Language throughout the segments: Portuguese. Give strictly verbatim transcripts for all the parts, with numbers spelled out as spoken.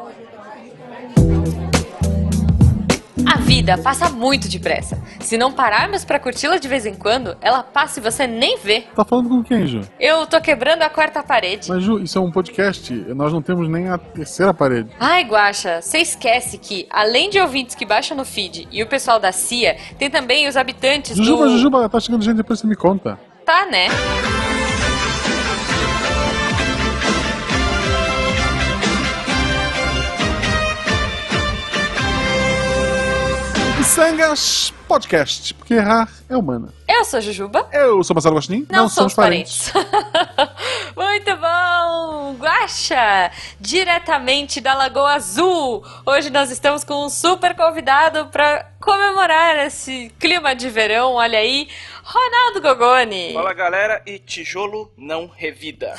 A vida passa muito depressa. Se não pararmos pra curti-la de vez em quando, ela passa e você nem vê. Tá falando com quem, Ju? Eu tô quebrando a quarta parede. Mas, Ju, isso é um podcast. Nós não temos nem a terceira parede. Ai, Guaxa, você esquece que, além de ouvintes que baixam no feed e o pessoal da C I A, tem também os habitantes Jujuba, do... Jujuba, tá chegando gente, depois você me conta. Tá, né? Missangas Podcast, porque errar é humana. Eu sou a Jujuba. Eu sou Marcelo Gostin. Não, não somos parentes. parentes. Muito bom! Guaxa, diretamente da Lagoa Azul. Hoje nós estamos com um super convidado para comemorar esse clima de verão. Olha aí, Ronaldo Gogoni. Fala, galera, e tijolo não revida.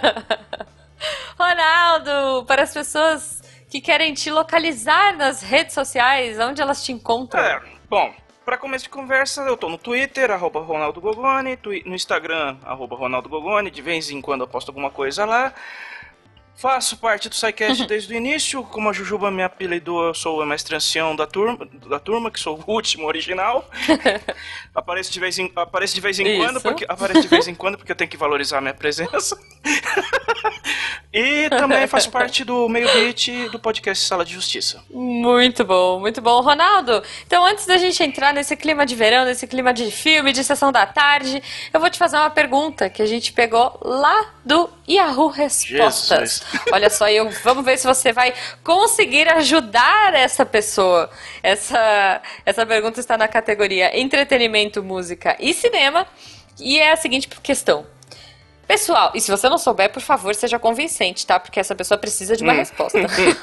Ronaldo, para as pessoas que querem te localizar nas redes sociais, onde elas te encontram? É, bom, para começo de conversa, eu tô no Twitter, arroba Ronaldo Gogoni, no Instagram, arroba Ronaldo Gogoni, de vez em quando eu posto alguma coisa lá. Faço parte do SciCast desde o início, como a Jujuba me apelidou, eu sou o mestre ancião da turma, da turma, que sou o último original. Apareço de vez em, apareço de vez em quando, porque apareço de vez em quando porque eu tenho que valorizar a minha presença. E também faço parte do Meio Beat do podcast Sala de Justiça. Muito bom, muito bom. Ronaldo, então antes da gente entrar nesse clima de verão, nesse clima de filme, de sessão da tarde, eu vou te fazer uma pergunta que a gente pegou lá do Yahoo Respostas. Jesus. Olha só, eu, vamos ver se você vai conseguir ajudar essa pessoa. Essa, essa pergunta está na categoria Entretenimento, Música e Cinema. E é a seguinte questão. Pessoal, e se você não souber, por favor, seja convincente, tá? Porque essa pessoa precisa de uma hum. resposta.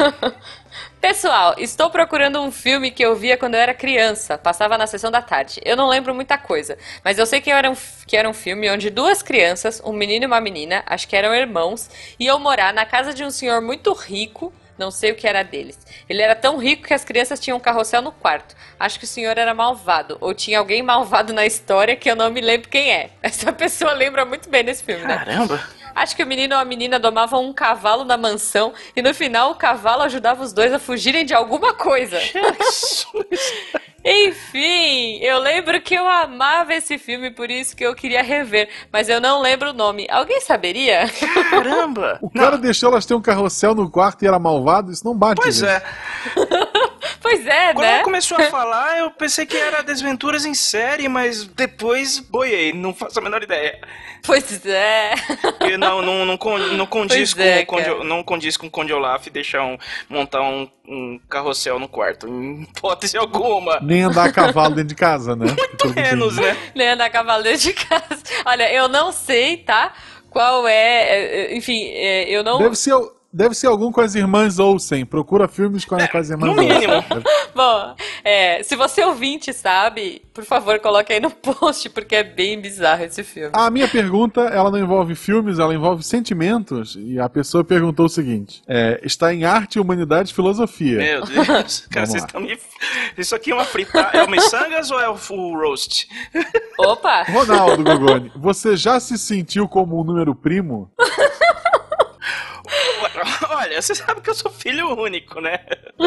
Pessoal, estou procurando um filme que eu via quando eu era criança. Passava na sessão da tarde. Eu não lembro muita coisa, mas eu sei que era um, que era um filme onde duas crianças, um menino e uma menina, acho que eram irmãos, iam morar na casa de um senhor muito rico. Não sei o que era deles. Ele era tão rico que as crianças tinham um carrossel no quarto. Acho que o senhor era malvado. Ou tinha alguém malvado na história que eu não me lembro quem é. Essa pessoa lembra muito bem desse filme, né? Caramba! Acho que o menino ou a menina domavam um cavalo na mansão e no final o cavalo ajudava os dois a fugirem de alguma coisa. Jesus! Enfim, eu lembro que eu amava esse filme, por isso que eu queria rever, mas eu não lembro o nome. Alguém saberia? Caramba! O cara não. deixou elas ter um carrossel no quarto e era malvado? Isso não bate. Pois gente. é. Pois é, Quando né? ela começou a falar, eu pensei que era Desventuras em Série, mas depois boiei, não faço a menor ideia. Pois é. Porque não, não, não, não, condiz, com, é, com, não condiz com o Conde Olaf deixar um, montar um, um carrossel no quarto, em hipótese alguma. Nem andar a cavalo dentro de casa, né? Muito menos, né? Nem andar a cavalo dentro de casa. Olha, eu não sei, tá? Qual é... Enfim, eu não... Deve ser... Deve ser algum com as irmãs Olsen. Procura filmes com, é, com as irmãs no mínimo. Olsen. Bom, é, se você ouvinte sabe, por favor, coloque aí no post, porque é bem bizarro esse filme. A minha pergunta, ela não envolve filmes, ela envolve sentimentos. E a pessoa perguntou o seguinte. É, está em arte, humanidade e filosofia. Meu Deus. Cara, vocês estão me... Isso aqui é uma fritada. É o Missangas ou é o full roast? Opa! Ronaldo Gogoni, você já se sentiu como um número primo? Olha, você sabe que eu sou filho único, né?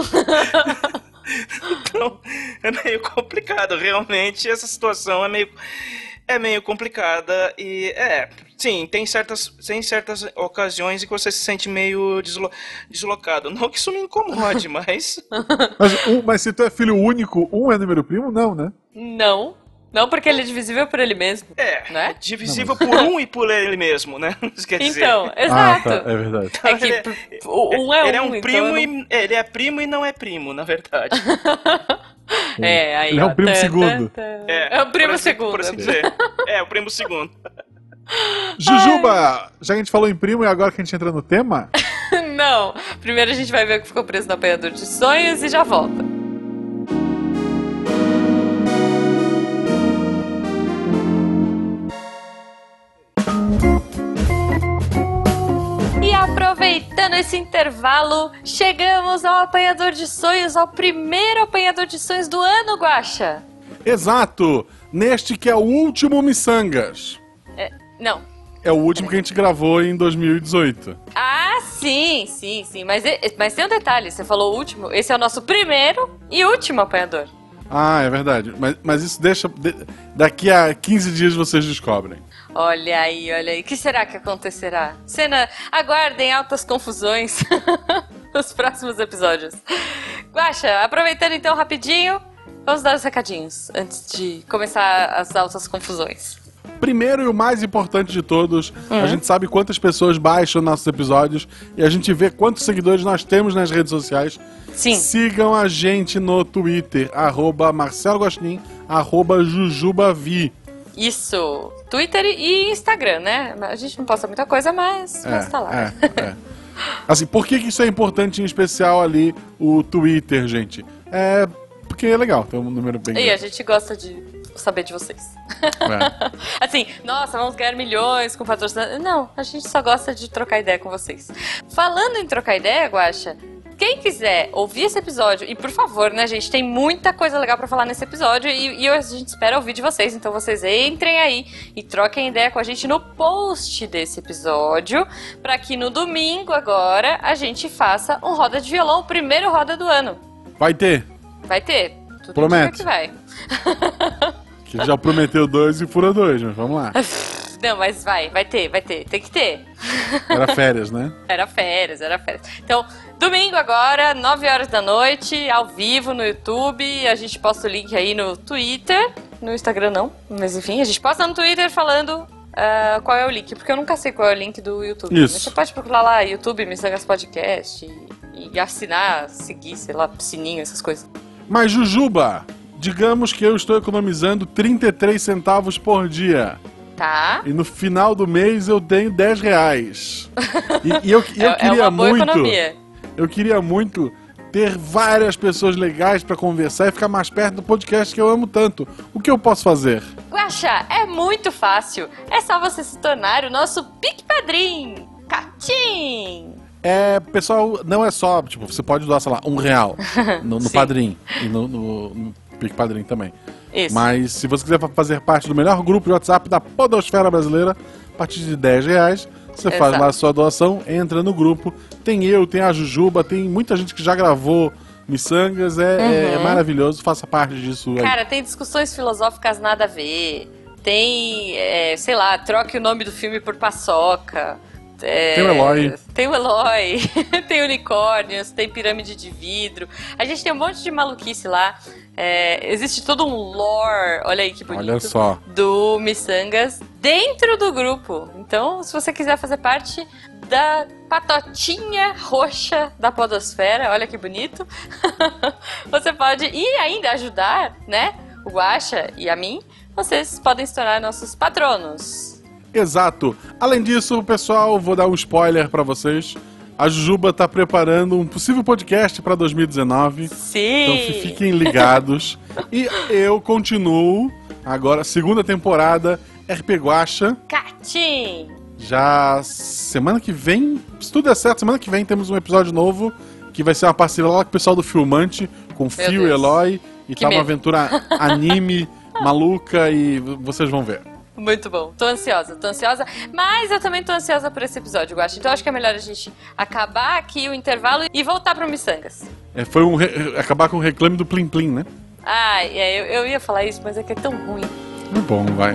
Então, é meio complicado. Realmente, essa situação é meio, é meio complicada. E, é, sim, tem certas, tem certas ocasiões em que você se sente meio deslo, deslocado. Não que isso me incomode, mas... mas... Um, mas se tu é filho único, um é número primo? Não, né? Não. Não, porque ele é divisível por ele mesmo. É, né? divisível não, mas... por um e por ele mesmo, né? Quer dizer... Então, exato. Ah, tá, é verdade. É que ele, um é um, ele é um então primo não... e ele é primo e não é primo, na verdade. É, aí, ele ó, é um primo tá, segundo. Tá, tá. É, é o primo por assim, segundo. Por assim dizer. É, o primo segundo. Jujuba, Ai. já que a gente falou em primo e agora que a gente entra no tema? Não, primeiro a gente vai ver o que ficou preso no apanhador de sonhos e já volta. E aproveitando esse intervalo, chegamos ao apanhador de sonhos, ao primeiro apanhador de sonhos do ano, Guaxa. Exato, neste que é o último Missangas. É, não, É o último que a gente gravou em dois mil e dezoito. Ah, sim, sim, sim. Mas, mas tem um detalhe, você falou o último, esse é o nosso primeiro e último apanhador. Ah, é verdade. Mas, mas isso deixa... De, daqui a quinze dias vocês descobrem. Olha aí, olha aí. O que será que acontecerá? Cena, aguardem altas confusões nos próximos episódios. Guaxa, aproveitando então rapidinho, vamos dar os recadinhos antes de começar as altas confusões. Primeiro e o mais importante de todos, Uhum. a gente sabe quantas pessoas baixam nossos episódios e a gente vê quantos seguidores nós temos nas redes sociais. Sim. Sigam a gente no Twitter, arroba Marcelo Guaxinim, arroba Jujubavi. Isso. Twitter e Instagram, né? A gente não posta muita coisa, mas, mas tá lá. É, é. Assim, por que, que isso é importante, em especial ali, o Twitter, gente? É porque é legal, tem um número bem E grande. a gente gosta de saber de vocês. É. Assim, nossa, vamos ganhar milhões com patrocinadores. Não, a gente só gosta de trocar ideia com vocês. Falando em trocar ideia, Guaxa, quem quiser ouvir esse episódio, e por favor, né, gente, tem muita coisa legal pra falar nesse episódio e, e a gente espera ouvir de vocês, então vocês entrem aí e troquem ideia com a gente no post desse episódio, pra que no domingo agora a gente faça um Roda de Violão, o primeiro Roda do ano. Vai ter, Vai ter. Tudo Promete. indica que vai. que já prometeu dois e fura dois, mas vamos lá. Não, mas vai, vai ter, vai ter, tem que ter. Era férias, né? Era férias, era férias. Então, domingo agora, nove horas da noite, ao vivo no YouTube. A gente posta o link aí no Twitter. No Instagram não, mas enfim, a gente posta no Twitter falando uh, qual é o link. Porque eu nunca sei qual é o link do YouTube. Isso. Mas você pode procurar lá, YouTube, Missangas Podcast. E, e assinar, seguir, sei lá, sininho, essas coisas. Mas, Jujuba, digamos que eu estou economizando trinta e três centavos por dia. Tá? E no final do mês eu tenho dez reais. E, e eu, e eu é, queria é uma boa muito. economia. Eu queria muito ter várias pessoas legais pra conversar e ficar mais perto do podcast que eu amo tanto. O que eu posso fazer? Guaxa, é muito fácil. É só você se tornar o nosso Pique Padrim. Catim! É, pessoal, não é só, tipo, você pode doar, sei lá, um real no, no Sim. Padrim e no, no, no Pique Padrim também. Isso. Mas se você quiser fazer parte do melhor grupo de WhatsApp da podosfera brasileira, a partir de dez reais, você Exato. faz lá a sua doação, entra no grupo. Tem eu, tem a Jujuba, tem muita gente que já gravou Missangas, é, Uhum. é, é maravilhoso, faça parte disso aí. Cara, tem discussões filosóficas nada a ver. Tem, é, sei lá, troque o nome do filme por paçoca. É, Tem o Eloy. Tem o Eloy. Tem unicórnios, tem pirâmide de vidro. A gente tem um monte de maluquice lá. É, existe todo um lore, olha aí que bonito, Olha só. do Missangas dentro do grupo. Então, se você quiser fazer parte da patotinha roxa da podosfera, olha que bonito, você pode e ainda ajudar, né, o Guaxa e a mim, vocês podem se tornar nossos patronos. Exato. Além disso, pessoal, vou dar um spoiler pra vocês. A Jujuba tá preparando um possível podcast pra dois mil e dezenove. Sim! Então fi- fiquem ligados. E eu continuo, agora, segunda temporada, R P Guaxa. Catim! Já semana que vem, se tudo der certo, semana que vem temos um episódio novo, que vai ser uma parceria lá com o pessoal do Filmante, com Fio e Deus. Eloy. E Que tá uma medo. aventura anime, maluca, e v- vocês vão ver. Muito bom. Tô ansiosa, tô ansiosa. Mas eu também tô ansiosa por esse episódio, Guaxa. Então acho que é melhor a gente acabar aqui o intervalo e voltar pro Missangas. É, foi um re- acabar com o reclame do Plim Plim, né? Ah, é, eu, eu ia falar isso, mas é que é tão ruim. É bom, vai.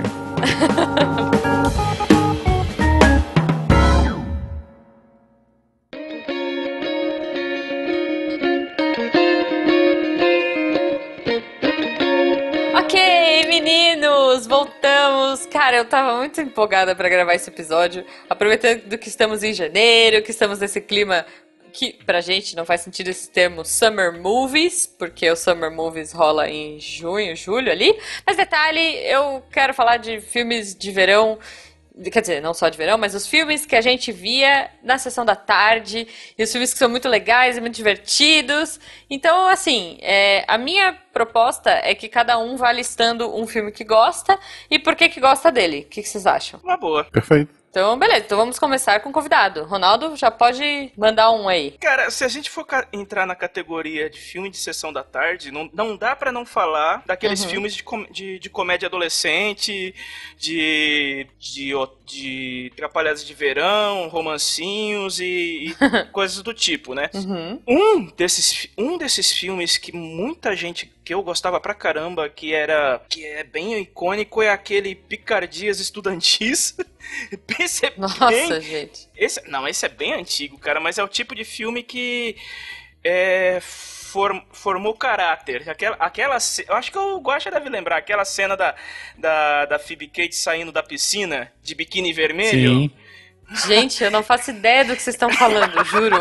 Ok, meninos, voltamos. Cara, eu tava muito empolgada pra gravar esse episódio, aproveitando que estamos em janeiro, que estamos nesse clima que pra gente não faz sentido esse termo Summer Movies, porque o Summer Movies rola em junho, julho ali. Mas detalhe, eu quero falar de filmes de verão, quer dizer, não só de verão, mas os filmes que a gente via na sessão da tarde, e os filmes que são muito legais e muito divertidos. Então, assim, é, a minha proposta é que cada um vá listando um filme que gosta e por que que gosta dele. O que que vocês acham? Uma boa. Perfeito. Então, beleza. Então vamos começar com o convidado. Ronaldo, já pode mandar um aí. Cara, se a gente for entrar na categoria de filme de sessão da tarde, não, não dá pra não falar daqueles uhum. filmes de, com, de, de comédia adolescente, de, de, de Trapalhadas de Verão, romancinhos e, e coisas do tipo, né? Uhum. Um, desses, um desses filmes que muita gente, que eu gostava pra caramba, que era que é bem icônico, é aquele Picardias Estudantis. Esse é Nossa, bem, gente. Esse, não, esse é bem antigo, cara, mas é o tipo de filme que é, form, formou caráter. Aquela, aquela, eu acho que o Guaxa deve lembrar, aquela cena da, da, da Phoebe Cates saindo da piscina de biquíni vermelho. Sim. Gente, eu não faço ideia do que vocês estão falando, juro.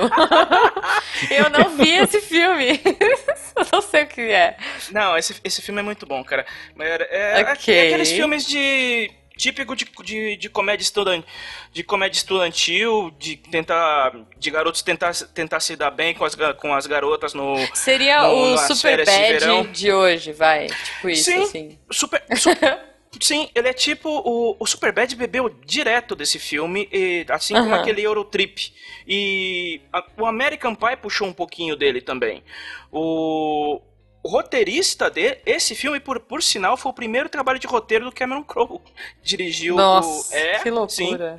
Eu não vi esse filme. Eu não sei o que é. Não, esse, esse filme é muito bom, cara. É, é, okay. é aqueles filmes de... típico de, de, de, comédia estudan, de comédia estudantil, de tentar, de garotos tentar, tentar se dar bem com as, com as garotas no... Seria no, o Superbad de, de hoje, vai, tipo isso, sim, assim. Super, super, sim, ele é tipo, o, o Superbad bebeu direto desse filme, e, assim como uh-huh. aquele Eurotrip, e a, o American Pie puxou um pouquinho dele também. O... O roteirista dele, esse filme, por, por sinal, foi o primeiro trabalho de roteiro do Cameron Crowe. Dirigiu Nossa, o... É, que loucura.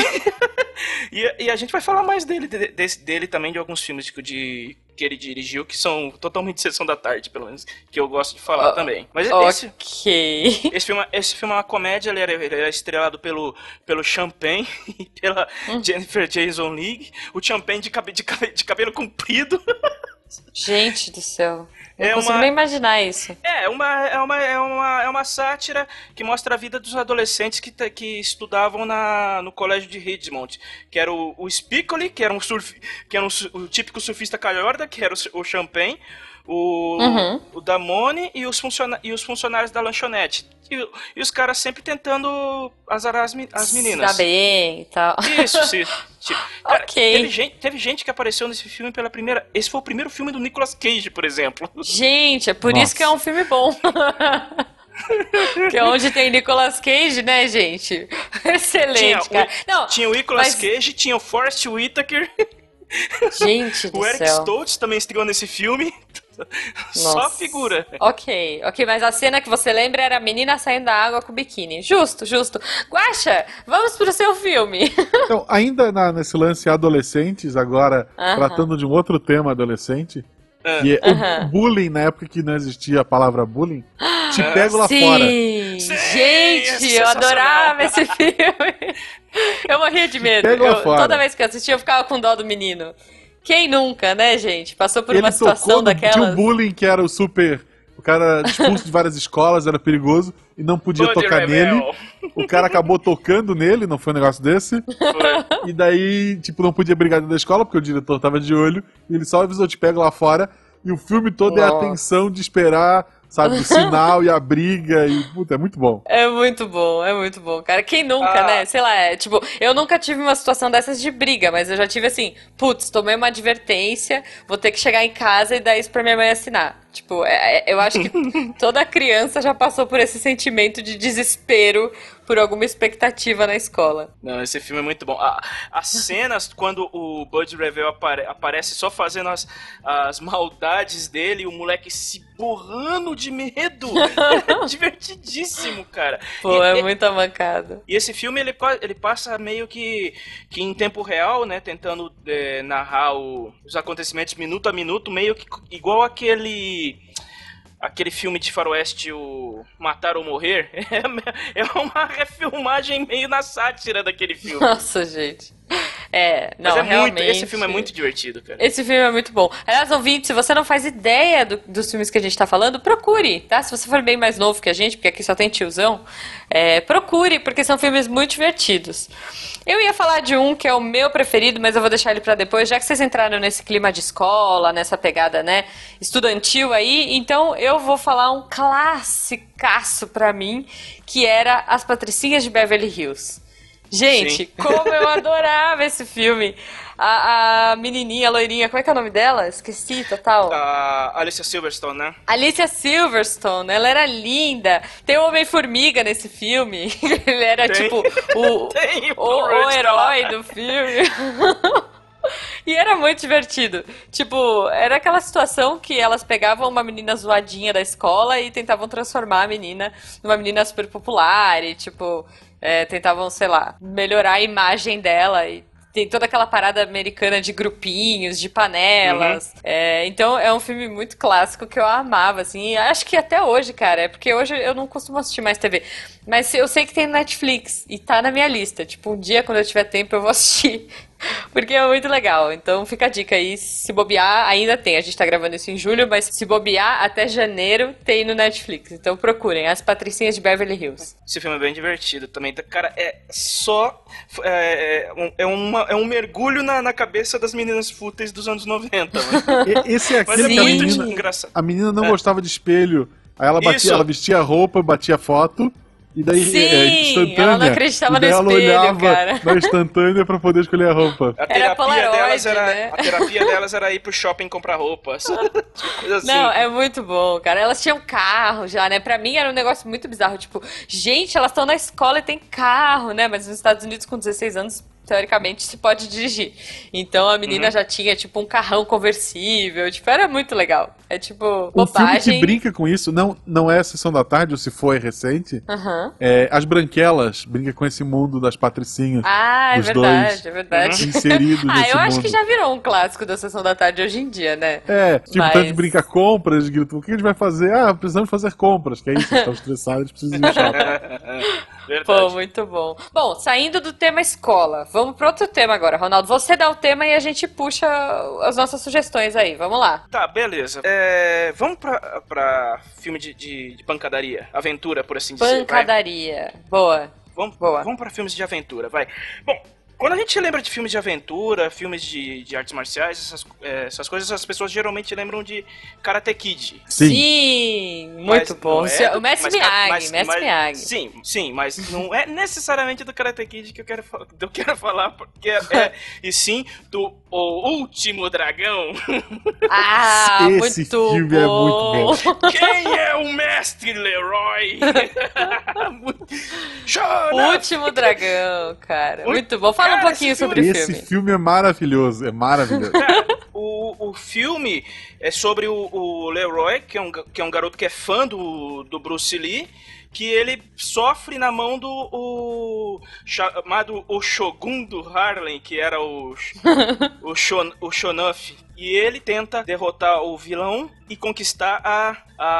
e, e a gente vai falar mais dele, de, de, dele também, de alguns filmes de, de, que ele dirigiu, que são totalmente sessão da tarde, pelo menos, que eu gosto de falar oh, também. Mas esse, okay. esse, filme, esse filme é uma comédia, ele era, ele era estrelado pelo, pelo Champagne e pela hum. Jennifer Jason Leigh. O Champagne de, cabe, de, cabe, de cabelo comprido. Gente do céu. Não é consigo uma, nem imaginar isso. É uma, é, uma, é, uma, é uma sátira que mostra a vida dos adolescentes que, que estudavam na, no colégio de Ridgemont. Que era o, o Spicoli, que era, um surf, que era um, o típico surfista calhorda, que era o, o Champagne, o, uhum. o Damone e os, funciona, e os funcionários da lanchonete. E, e os caras sempre tentando azarar as, as meninas. Se dá bem e tal. Isso, sim. Cara, ok. Teve gente, teve gente que apareceu nesse filme pela primeira... Esse foi o primeiro filme do Nicolas Cage, por exemplo. Gente, é por Nossa. Isso que é um filme bom. Que é onde tem Nicolas Cage, né, gente? Excelente, tinha cara. O, Não, tinha o Nicolas mas... Cage, tinha o Forrest Whitaker. Gente do o Eric céu. Stoltz também estreou nesse filme. Nossa. Só figura. Ok, ok, mas a cena que você lembra era a menina saindo da água com biquíni. Justo, justo. Guaxa, vamos pro seu filme. Então, ainda na, nesse lance adolescentes, agora uh-huh. tratando de um outro tema adolescente, uh-huh. que é uh-huh. o bullying, na época que não existia a palavra bullying, Te Pego Lá Sim. Fora. Sim, gente, eu adorava esse filme. Eu morria de medo. Eu, toda vez que eu assistia, eu ficava com dó do menino. Quem nunca, né, gente? Passou por Ele uma situação daquela. Tinha um bullying que era o super... O cara expulso de várias escolas, era perigoso e não podia Body tocar Rebel. nele. O cara acabou tocando nele, não foi um negócio desse. Foi. E daí, tipo, não podia brigar dentro da escola, porque o diretor tava de olho. E ele só avisou, te pego lá fora. E o filme todo Nossa. é a tensão de esperar, sabe, o sinal e a briga. E, puta, é muito bom. É muito bom, é muito bom, cara. Quem nunca, ah. né? Sei lá, é, tipo, eu nunca tive uma situação dessas de briga, mas eu já tive assim, putz, tomei uma advertência, vou ter que chegar em casa e dar isso pra minha mãe assinar. Tipo, é, é, eu acho que toda criança já passou por esse sentimento de desespero por alguma expectativa na escola. Não, esse filme é muito bom. Ah, as cenas quando o Bud Revell apare- aparece só fazendo as, as maldades dele, o moleque se borrando de medo. É divertidíssimo, cara. Pô, e, é e, muita mancada. E esse filme, ele, ele passa meio que, que em tempo real, né, tentando é, narrar o, os acontecimentos minuto a minuto, meio que igual aquele... Aquele filme de faroeste, o Matar ou Morrer, é uma refilmagem meio na sátira daquele filme. Nossa, gente. É, não, Mas é realmente... muito, esse filme é muito divertido, cara. Esse filme é muito bom. Aliás, ouvinte, se você não faz ideia do, dos filmes que a gente tá falando, procure, tá? Se você for bem mais novo que a gente, porque aqui só tem tiozão, é, procure, porque são filmes muito divertidos. Eu ia falar de um que é o meu preferido, mas eu vou deixar ele pra depois, já que vocês entraram nesse clima de escola, nessa pegada, né, estudantil aí, então eu vou falar um classicaço pra mim, que era As Patricinhas de Beverly Hills. Gente, Sim. como eu adorava esse filme. a, a menininha, a loirinha, como é que é o nome dela? Esqueci, total. A Alicia Silverstone, né? Alicia Silverstone, ela era linda. Tem o Homem-Formiga nesse filme. Ele era Tem. tipo o, Tem, o, o Rudd tá lá. herói do filme. E era muito divertido. Tipo, era aquela situação que elas pegavam uma menina zoadinha da escola e tentavam transformar a menina numa menina super popular e, tipo, é, tentavam, sei lá, melhorar a imagem dela e tem toda aquela parada americana de grupinhos, de panelas. Uhum. É, então é um filme muito clássico que eu amava, assim. Acho que até hoje, cara. É porque hoje eu não costumo assistir mais T V. Mas eu sei que tem no Netflix e tá na minha lista. Tipo, um dia, quando eu tiver tempo, eu vou assistir. Porque é muito legal. Então fica a dica aí. Se bobear, ainda tem. A gente tá gravando isso em julho, mas se bobear, até janeiro tem no Netflix. Então procurem. As Patricinhas de Beverly Hills. Esse filme é bem divertido também. Cara, é só... É, é, uma, é um mergulho na, na cabeça das meninas fúteis dos anos noventa. Mano. Esse é aquele Mas é que a muito menina, engraçado. a menina não É. gostava de espelho. Aí ela, batia, Isso. ela vestia a roupa, batia foto. E daí, Sim, é, instantânea. ela não acreditava e daí no ela espelho, olhava cara. na instantânea pra poder escolher a roupa. A Era terapia, Polaroid, delas era, né? a terapia delas era ir pro shopping comprar roupas. Coisa assim. Não, é muito bom, cara. Elas tinham carro já, né? Pra mim era um negócio muito bizarro. Tipo, gente, elas estão na escola e tem carro, né? Mas nos Estados Unidos, com dezesseis anos, teoricamente, se pode dirigir. Então a menina Uhum. já tinha, tipo, um carrão conversível. Tipo, era muito legal. É tipo, Um filme bobagem. que brinca com isso, não, não é a Sessão da Tarde, ou se foi recente, Aham. é As Branquelas, brinca com esse mundo das patricinhas. Ah, é Os verdade, dois é verdade. inseridos Ah, nesse eu acho mundo. que já virou um clássico da Sessão da Tarde hoje em dia, né? É, tipo, Mas- tanto de brincar compras, gritam, o que a gente vai fazer? Ah, precisamos fazer compras, que é isso, estão estressados, precisam ir no shopping. Verdade. Pô, muito bom. Bom, saindo do tema escola, vamos para outro tema agora, Ronaldo. Você dá o tema e a gente puxa as nossas sugestões aí. Vamos lá. Tá, beleza. É, vamos pra, pra filme de, de, de pancadaria, aventura, por assim dizer. vai. Pancadaria. Boa. Vamos, Boa. vamos pra filmes de aventura, vai. Bom, quando a gente lembra de filmes de aventura, filmes de, de artes marciais, essas, é, essas coisas, as pessoas geralmente lembram de Karate Kid. Sim. Sim, Mas muito não bom. é o do- Mestre mas- Miyagi, mas- Mestre mas- Miyagi. Sim, sim, mas não é necessariamente do Karate Kid que eu quero, fa- eu quero falar, porque é, é- e sim do O Último Dragão. Ah, Esse muito filme é bom. muito bom. Quem é o Mestre Leroy? O Chora! Último Dragão, cara. Muito- Muito bom. Fala um Cara, pouquinho esse sobre o Esse filme. filme é maravilhoso, é maravilhoso. O, o filme é sobre o, o Leroy, que é, um, ga- que é um garoto que é fã do, do Bruce Lee, que ele sofre na mão do o, chamado o Shogun do Harlem, que era o, o, Shon, o Shonuff. E ele tenta derrotar o vilão e conquistar a,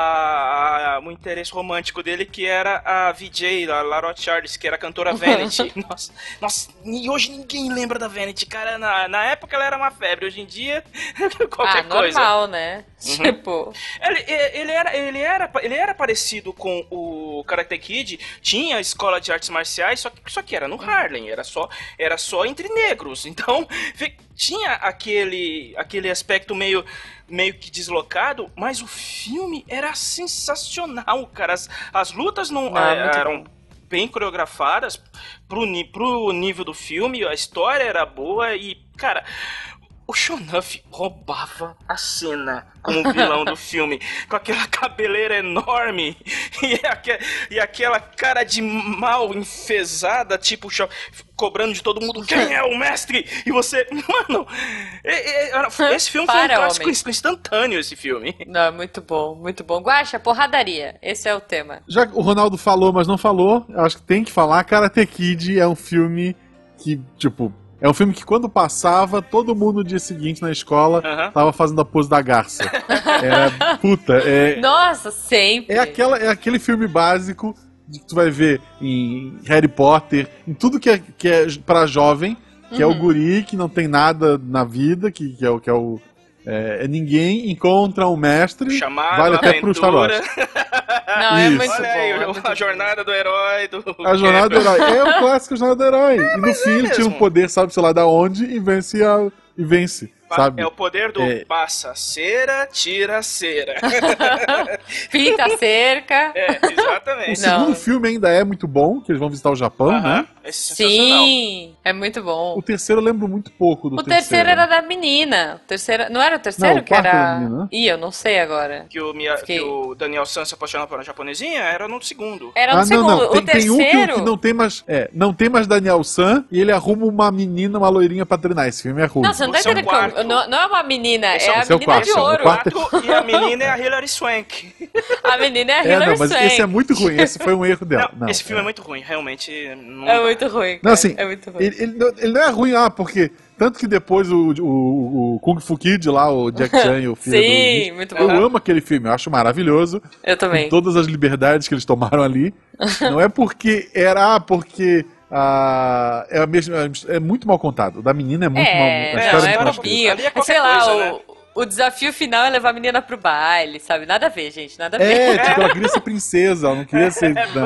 a, a- o interesse romântico dele, que era a V J, a Lara Charles, que era a cantora Vanity. Nossa, nossa, e hoje ninguém lembra da Vanity, cara. Na, na época ela era uma febre, hoje em dia, qualquer Ah, coisa. normal, né? Uhum. Tipo, Ele, ele, era, ele, era, ele era parecido com o Karate Kid, tinha a escola de artes marciais, só que, só que era no Harlem, era só, era só entre negros. Então, vi- tinha aquele, aquele aspecto meio, meio que deslocado, mas o filme era sensacional, cara. As, as lutas não, Ah, eh, muito eram bem coreografadas pro, ni- pro nível do filme, a história era boa e, cara... O Shonuff roubava a cena como vilão do filme, com aquela cabeleira enorme e, aque, e aquela cara de mal enfesada, tipo, cho- cobrando de todo mundo, quem é o mestre? E você, mano, e- e- era- esse filme foi um Para, clássico homem. instantâneo, esse filme. não, muito bom, muito bom. Guaxa, porradaria. Esse é o tema. Já que o Ronaldo falou, mas não falou, eu acho que tem que falar, Karate Kid é um filme que, tipo, é um filme que quando passava, todo mundo no dia seguinte na escola Aham. tava fazendo a pose da garça. Era, puta, é, Nossa, sempre. é, aquela, é aquele filme básico de que tu vai ver em Harry Potter, em tudo que é, que é pra jovem, que é o guri que não tem nada na vida, que, que é o que é o é, é ninguém, encontra um mestre, Chamado, vale até pro Star aventura. Wars. Não, é Isso. muito Olha bom. aí, é o- muito a bom. jornada do herói. Do A jornada do herói. É o clássico Jornada do Herói. e no mas é fim ele tira um mesmo. poder, sabe, sei lá da onde, e vence a. E vence. sabe? É o poder do é... passa cera, tira cera. Pinta a cerca. É, exatamente. O segundo Não. filme ainda é muito bom, que eles vão visitar o Japão, uh-huh. né? É Sim, é muito bom. O terceiro eu lembro muito pouco do o terceiro. O terceiro era da menina. O terceiro... Não era o terceiro não, que o era... Menina. Ih, eu não sei agora. Que o, Mia... Fiquei... que o Daniel San se apaixonou por uma japonesinha era no segundo. Era no ah, segundo. Não, não. Tem, o terceiro... tem um que, que não tem mais... É, não tem mais Daniel San e ele arruma uma menina, uma loirinha pra treinar. Esse filme é ruim. Não, você não tá entendendo que não, não é uma menina, esse é, é a menina quarto, de ouro. O quarto... E a menina é a Hilary Swank. A menina é a é, Hilary não, mas Swank. Esse é muito ruim, esse foi um erro dela. Não, não, esse filme é. é muito ruim, realmente. Não é dá. muito ruim, cara. Não, assim, é muito ruim. Ele, ele, ele não é ruim, ah, porque... Tanto que depois o, o, o Kung Fu Kid lá, o Jack Chan e o filho Sim, do... muito bom. Eu amo aquele filme, eu acho maravilhoso. Eu também. Com todas as liberdades que eles tomaram ali. Não é porque era, ah, porque... Ah, é, a mesma, é muito mal contado. O da menina é muito é, mal. É, não, é bobinho. É, sei lá, coisa, o, né? o desafio final é levar a menina pro baile, sabe? Nada a ver, gente, nada a ver. É, tipo, ela queria ser princesa, ela não queria ser... Não.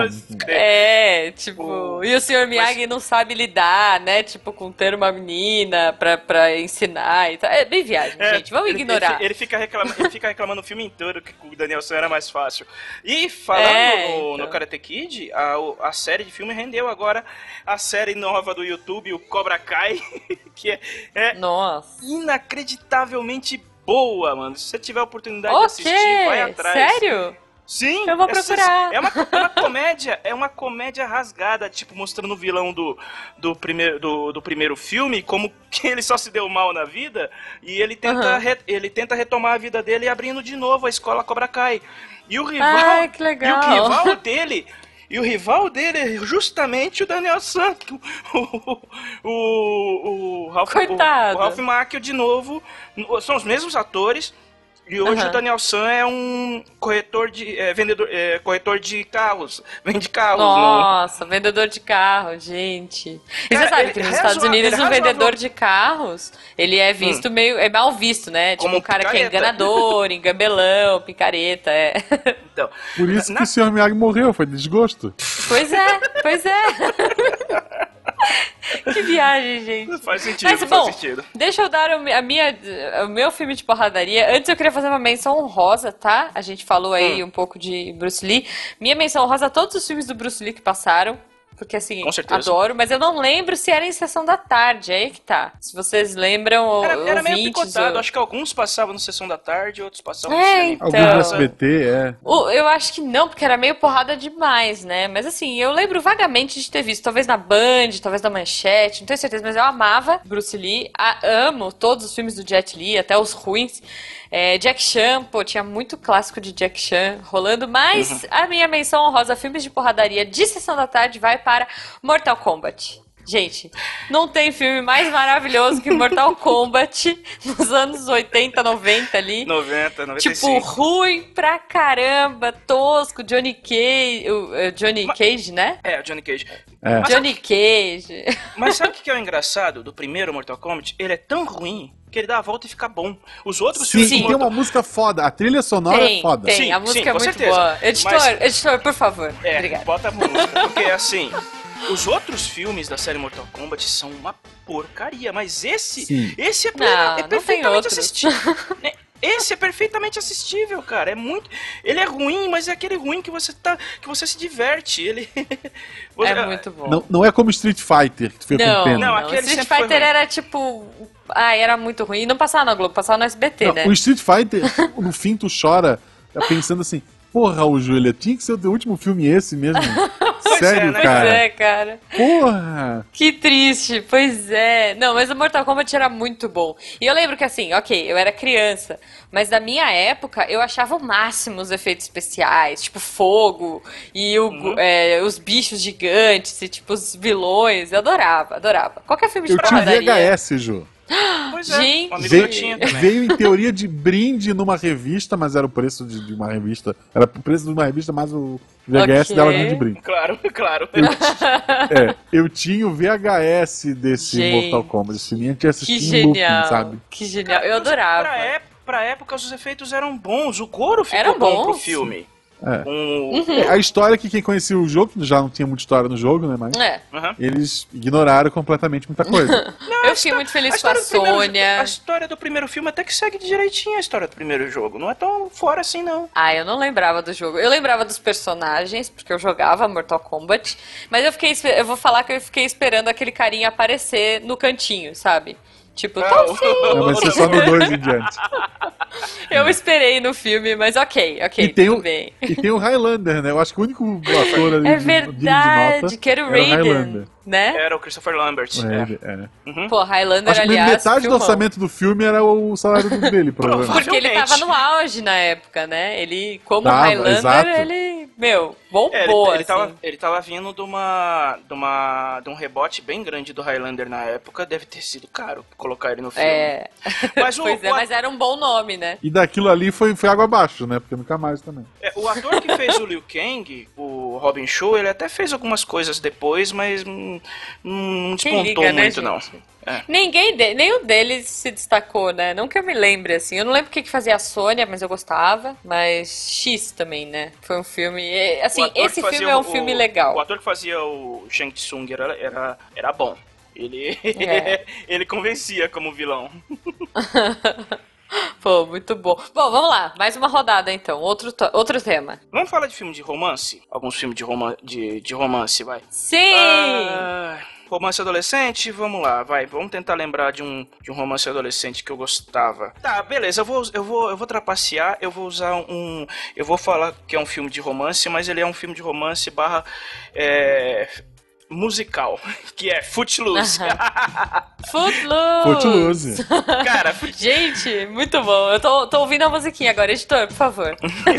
É, tipo... E o senhor Miyagi Mas... não sabe lidar, né? Tipo, com ter uma menina pra, pra ensinar e tal. É bem viagem, é, gente. Vamos ele, ignorar. Ele, ele, fica reclamando, ele fica reclamando o filme inteiro que o Daniel San era mais fácil. E falando é, no, então. no Karate Kid, a, a série de filme rendeu agora a série nova do YouTube, o Cobra Kai, que é, é Nossa. inacreditavelmente boa, mano. Se você tiver a oportunidade okay. de assistir, vai atrás. Sério? Sim. Eu vou procurar. É uma, é uma comédia, é uma comédia rasgada, tipo, mostrando o vilão do, do, primeiro, do, do primeiro filme, como que ele só se deu mal na vida, e ele tenta, uhum. re, ele tenta retomar a vida dele abrindo de novo a escola Cobra Kai. E o rival, Ai, que legal. E o rival dele... E o rival dele é justamente o Daniel San, o, o, o, o, Ralph, Coitado. o, o Ralph Macchio de novo, são os mesmos atores, e hoje uhum. o Daniel San é um corretor de, é, vendedor, é, corretor de carros, vende carros. Nossa, no... vendedor de carros, gente. E Cara, você sabe que nos Estados Unidos um vendedor de carros, ele é visto hum. meio, é mal visto, né? Tipo, Como um cara picareta. que é enganador, engambelão, picareta, é. Então, por isso na... que o senhor Miyagi morreu, foi desgosto. Pois é, pois é. Que viagem, gente. Faz sentido, Mas, faz bom, sentido. Deixa eu dar a minha, o meu filme de porradaria. Antes eu queria fazer uma menção honrosa, tá? A gente falou aí hum. um pouco de Bruce Lee. Minha menção honrosa a todos os filmes do Bruce Lee que passaram. Porque, assim, adoro, mas eu não lembro se era em Sessão da Tarde, aí que tá. Se vocês lembram, Era, era meio ouvintes, picotado, ou... acho que alguns passavam no Sessão da Tarde, outros passavam é, no cinema. então... Alguns no S B T, é. O, eu acho que não, porque era meio porrada demais, né? Mas, assim, eu lembro vagamente de ter visto, talvez na Band, talvez na Manchete, não tenho certeza, mas eu amava Bruce Lee, a, amo todos os filmes do Jet Li, até os ruins. É, Jack Chan, pô, tinha muito clássico de Jack Chan rolando, mas uhum. a minha menção honrosa a filmes de porradaria de Sessão da Tarde vai para Mortal Kombat. Gente, não tem filme mais maravilhoso que Mortal Kombat nos anos oitenta, noventa ali. noventa, noventa e cinco. Tipo, ruim pra caramba, tosco, Johnny Cage, o Johnny Mas, Cage, né? É, o Johnny Cage. É. Johnny Cage. Mas sabe o que é o engraçado do primeiro Mortal Kombat? Ele é tão ruim que ele dá a volta e fica bom. Os outros sim, filmes... Sim, tem uma música foda. A trilha sonora tem, é foda. Tem, sim, a música sim, é muito certeza. boa. Editor, Mas, editor, por favor. É, Obrigada. bota a música. Porque, assim, os outros filmes da série Mortal Kombat são uma porcaria, mas esse, sim. esse é, não, é não perfeitamente assistível. Esse é perfeitamente assistível, cara. É muito. Ele é ruim, mas é aquele ruim que você tá, que você se diverte. Ele você... é muito bom. Não, não é como Street Fighter que tu fica não, com pena. Não, não. aquele Street Fighter era tipo, ah, era muito ruim. E não passava na Globo, passava no S B T, não, né? O Street Fighter, no fim tu chora pensando assim, porra, Raul Júlia, tinha que ser o teu último filme esse mesmo. Sério, é, né? cara? Pois é, cara. Porra! Que triste, pois é. Não, mas o Mortal Kombat era muito bom. E eu lembro que assim, ok, eu era criança, mas na minha época eu achava o máximo os efeitos especiais, tipo fogo e o, uhum. é, os bichos gigantes e tipo os vilões. Eu adorava, adorava. Qualquer filme de eu porradaria. Eu tinha V H S, Ju. Pois é, gente, veio, veio em teoria de brinde numa revista, mas era o preço de, de uma revista. Era o preço de uma revista, mas o V H S okay. dela vinha de brinde. Claro, claro. Eu, é, eu tinha o V H S desse gente, Mortal Kombat. Esse menino tinha assistido em looping, sabe? Que genial, eu adorava. Pra, é, pra época os efeitos eram bons, o couro ficou era bom bom pro filme. É. Um... Uhum. A história que quem conhecia o jogo, já não tinha muita história no jogo, né? Mas É. Uhum. eles ignoraram completamente muita coisa. Não, eu fiquei muito feliz com a Sônia. A história do primeiro filme até que segue direitinho a história do primeiro jogo. Não é tão fora assim, não. Ah, eu não lembrava do jogo. Eu lembrava dos personagens, porque eu jogava Mortal Kombat. Mas eu fiquei. Eu vou falar que eu fiquei esperando aquele carinha aparecer no cantinho, sabe? Tipo, Ah, tá o- sim. Não, vai ser só no dois em diante. Eu esperei no filme, mas ok, ok, E tem, tudo o, bem. e tem o Highlander, né? Eu acho que o único ator ali É de- digno de verdade, nota que era o era o Raiden, Highlander. né? Era o Christopher Lambert. É, É. ele- é. Pô, Highlander, Acho que aliás, metade do filmão. orçamento do filme era o salário dele, provavelmente. Porque ele Provavelmente. tava no auge na época, né? Ele, como Tava, Highlander, exato. ele, meu, bombou, É, ele, ele, assim. tava, ele tava vindo de uma, de uma de um rebote bem grande do Highlander na época. Deve ter sido caro colocar ele no filme. É. Mas o, Pois é, o, mas era um bom nome, né? E daquilo ali foi, foi água abaixo, né? Porque nunca mais também. é, o ator que fez o Liu Kang, o Robin Shou, ele até fez algumas coisas depois, mas hum, não Quem despontou liga, né, muito, gente? não. É. Ninguém, de, nenhum deles se destacou, né? Não que eu me lembre, assim. Eu não lembro o que, que fazia a Sônia, mas eu gostava. Mas X também, né? Foi um filme... e, O Assim, ator esse que fazia filme é um o- filme O legal. ator que fazia o Shang Tsung era, era, era bom. Ele, É. ele convencia como vilão. Pô, muito bom. Bom, vamos lá. Mais uma rodada, então. Outro, to- outro tema. Vamos falar de filme de romance? Alguns filmes de, roman de, de romance, vai. Sim! Ah, romance adolescente, vamos lá, vai. Vamos tentar lembrar de um, de um romance adolescente que eu gostava. Tá, beleza, eu vou, eu vou, eu vou trapacear, eu vou usar um... Eu vou falar que é um filme de romance, mas ele é um filme de romance barra... É, musical, que é Footloose. Footloose! Footloose. Cara, Foot- Gente, muito bom. Eu tô, tô ouvindo a musiquinha agora. Editor, por favor.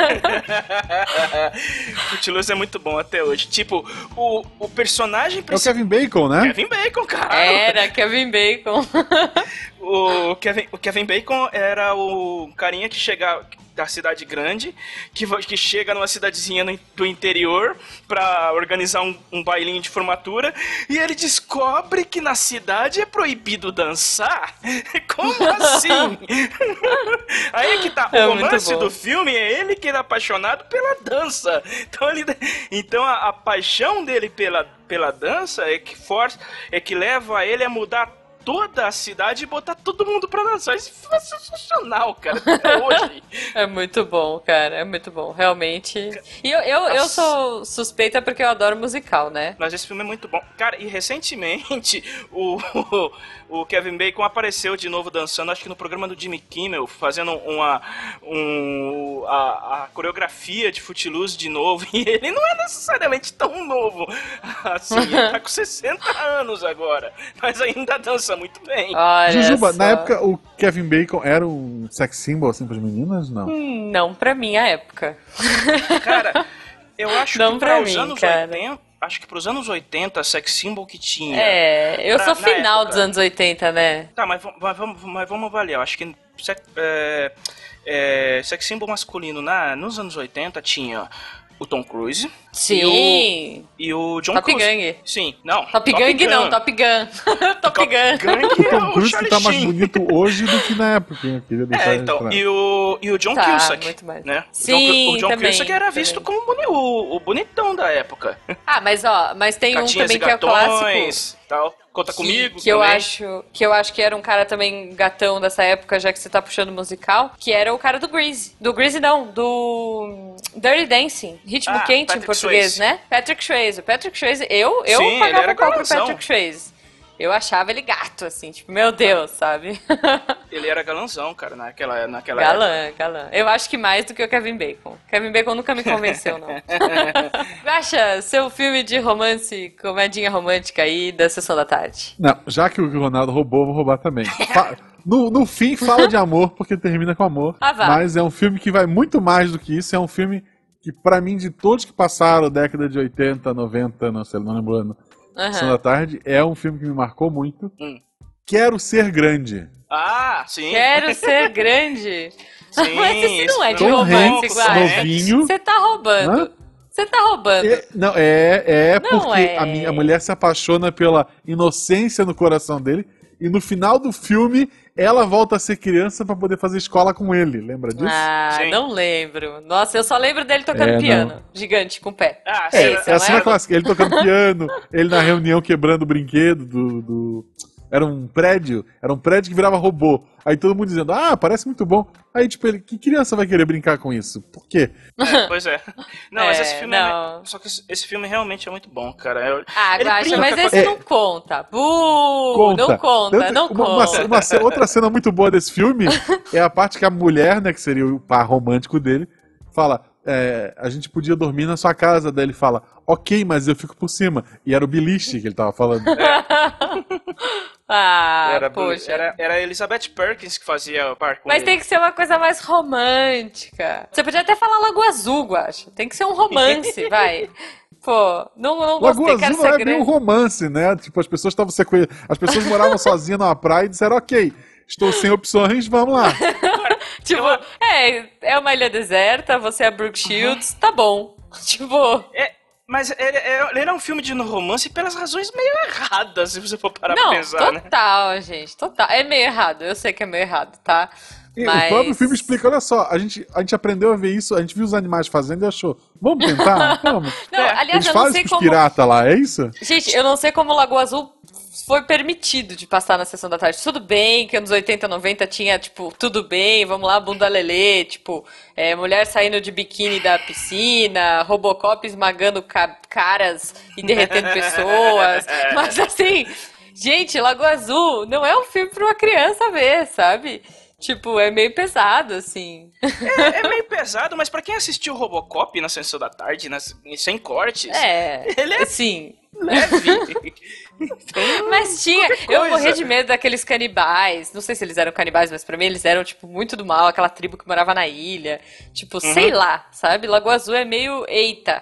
Footloose é muito bom até hoje. Tipo, o, o personagem É o principal... Kevin Bacon, né? Kevin Bacon, cara. Era Kevin Bacon. O Kevin, o Kevin Bacon era o carinha que chega da cidade grande, que, va- que chega numa cidadezinha no in- do interior pra organizar um, um bailinho de formatura, e ele descobre que na cidade é proibido dançar. Como assim? Aí é que tá, o É muito romance bom. do filme é ele que era apaixonado pela dança. Então, ele, então a, a paixão dele pela, pela dança é que força, é que leva ele a mudar toda a cidade e botar todo mundo pra dançar. Isso foi sensacional, cara, até hoje. É muito bom, cara. É muito bom, realmente. E eu, eu, eu sou suspeita porque eu adoro musical, né? Mas esse filme é muito bom. Cara, e recentemente o, o, o Kevin Bacon apareceu de novo dançando, acho que no programa do Jimmy Kimmel, fazendo uma um, a, a coreografia de Footloose de novo. E ele não é necessariamente tão novo assim, ele tá com sessenta anos agora, mas ainda dança muito bem. Olha Jujuba, só. na época o Kevin Bacon era um sex symbol assim pras meninas? Não. Hum, Não pra minha época. Cara, eu acho Não que pra para os mim, anos cara. oitenta, acho que pros anos oitenta, sex symbol que tinha. É, eu Pra- sou na final época. dos anos oitenta, né? Tá, mas, vamos- mas, vamos, mas vamos avaliar. Eu acho que sex, é, é, sex symbol masculino na, nos anos oitenta tinha o Tom Cruise Sim. e o John Top Cruise. Gang. Sim, não. Top, Gang não, Top Gun. Top Gun. Gang O é Tom o Cruise Charlie tá mais Sheen. bonito hoje do que na época, hein? Eu queria deixar É, então, registrado. e o, e o John Tá, Cusack, muito mais. né? Sim, o John, o John também, Cusack era visto também. como boni- o, o bonitão da época. Ah, mas ó, mas tem um Gatinhas também e que é o clássico. gatões, tal. Conta Que, comigo que eu também. acho que eu acho que era um cara também gatão dessa época, já que você tá puxando musical, que era o cara do Grease. Do Grease não, do Dirty Dancing, Ritmo Ah, Quente em Patrick português, Swayze. né? Patrick Swayze. Patrick Swayze, eu eu Sim, ele pagava era um pau pro galanzão. Patrick Swayze. Eu achava ele gato, assim, tipo, meu Deus, sabe? Ele era galanzão, cara, naquela, naquela época. Galã, galã. Eu acho que mais do que o Kevin Bacon. Kevin Bacon nunca me convenceu, não. Acha seu filme de romance, comedinha romântica aí da Sessão da Tarde. Não, já que o Ronaldo roubou, eu vou roubar também. Fa- no, no fim, fala de amor, porque termina com amor. Ah, vá. Mas é um filme que vai muito mais do que isso. É um filme que, pra mim, de todos que passaram, década de oitenta, noventa, não sei, não lembro o ano, Sessão Aham. da Tarde, é um filme que me marcou muito. Hum. Quero Ser Grande. Ah, sim. Quero ser grande. Sim, Mas esse não é de Tom romance, Hanks, Guaxa. novinho. Você tá roubando. Hã? Você tá roubando. É, não, é, é Não porque é. A, minha, a mulher se apaixona pela inocência no coração dele. E no final do filme, ela volta a ser criança pra poder fazer escola com ele. Lembra disso? Ah, Sim. não lembro. Nossa, eu só lembro dele tocando É, piano. Gigante, com o pé. Ah, É, cena- Esse, é a não cena é? clássica. Ele tocando piano, ele na reunião quebrando o brinquedo do, do... Era um prédio, era um prédio que virava robô. Aí todo mundo dizendo, ah, parece muito bom. Aí, tipo, ele, que criança vai querer brincar com isso? Por quê? É, pois é. Não, mas É, esse filme não. é... Só que esse- esse filme realmente é muito bom, cara. Eu- Ah, Ele Guaxa, brinca mas com esse É. não conta. Buh, não conta, Tanto- não uma- uma- conta. uma ce- outra cena muito boa desse filme é a parte que a mulher, né, que seria o par romântico dele, fala, é, a gente podia dormir na sua casa. Daí ele fala, ok, mas eu fico por cima. E era o beliche que ele tava falando. Ah, era, poxa. era, era a Elizabeth Perkins que fazia o par com Mas ele. tem que ser uma coisa mais romântica. Você podia até falar Lagoa Azul, Guaxa. Tem que ser um romance, vai. Pô, não, não gostei, Lagoa quero Azul não ser é bem um grande. romance, né? Tipo, as pessoas estavam sequ... As pessoas moravam sozinhas numa praia e disseram, ok, estou sem opções, vamos lá. Tipo, é, é uma ilha deserta, você é Brooke Shields, tá bom. Tipo, É, mas ele, é- ele era um filme de romance pelas razões meio erradas, se você for parar não, pra pensar, né? total, gente, total. É meio errado, eu sei que é meio errado, tá? E Mas... O próprio filme explica, olha só, a gente, a gente aprendeu a ver isso, a gente viu os animais fazendo e achou, vamos tentar? Vamos. Não, É, aliás, Eles eu não fazem sei com os como... piratas lá, é isso? Gente, eu não sei como o Lagoa Azul foi permitido de passar na sessão da tarde. Tudo bem que anos oitenta, noventa tinha, tipo, tudo bem, vamos lá, bunda lelê, tipo, é, mulher saindo de biquíni da piscina, Robocop esmagando ca- caras e derretendo pessoas. Mas assim, gente, Lagoa Azul não é um filme pra uma criança ver, sabe? Tipo, é meio pesado, assim. É, é meio pesado, mas pra quem assistiu Robocop na sessão da tarde, nas, sem cortes, É, Ele é- sim. leve. Mas tinha, qualquer eu coisa. morri de medo daqueles canibais. Não sei se eles eram canibais, mas pra mim eles eram, tipo, muito do mal, aquela tribo que morava na ilha. Tipo, sei lá, sabe? Lagoa Azul é meio eita.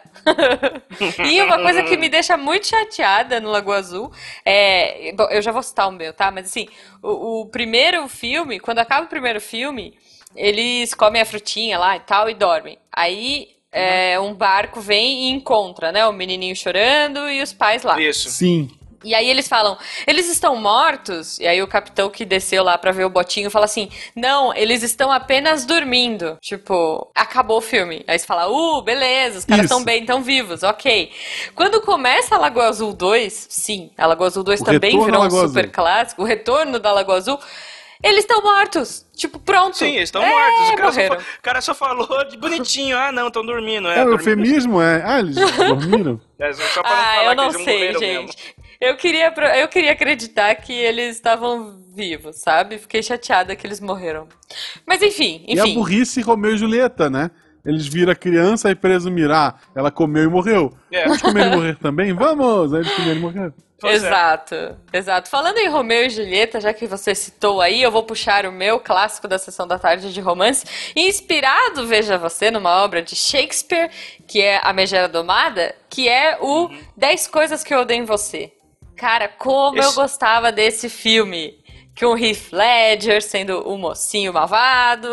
E uma coisa que me deixa muito chateada no Lagoa Azul é. Bom, eu já vou citar o meu, tá? Mas assim, o, o primeiro filme, quando acaba o primeiro filme, eles comem a frutinha lá e tal e dormem. Aí. É, um barco vem e encontra, né? O menininho chorando e os pais lá. Isso. Sim. E aí eles falam, eles estão mortos? E aí o capitão que desceu lá pra ver o botinho fala assim, não, eles estão apenas dormindo. Tipo, acabou o filme. Aí você fala, uh, beleza, os caras Isso. estão bem, estão vivos, ok. Quando começa a Lagoa Azul dois, sim, a Lagoa Azul dois O também retorno virou à um Lagoa super Azul. clássico, o retorno da Lagoa Azul, eles estão mortos. Tipo, pronto. Sim, eles estão É, mortos. O cara, só, morreram. fa- o cara só falou de bonitinho. Ah, não, estão dormindo. É, É, o dormindo. eufemismo é, ah, eles dormiram? É, só pra não Ah, falar eu não que eles sei, morreram gente. mesmo. Eu queria, pro- eu queria acreditar que eles estavam vivos, sabe? Fiquei chateada que eles morreram. Mas enfim, E a enfim. burrice Romeu e Julieta, né? Eles viram a criança e presumiram, ah, ela comeu e morreu. É. Vamos comer e morrer também? Vamos! Aí eles comeram e morreram. Pois é. Exato, exato. Falando em Romeu e Julieta, já que você citou aí, eu vou puxar o meu clássico da Sessão da Tarde de romance, inspirado, veja você, numa obra de Shakespeare, que é A Megera Domada, que é o dez Coisas que Eu Odeio em Você. Cara, como eu Esse- gostava desse filme. Com o Heath Ledger sendo o mocinho malvado.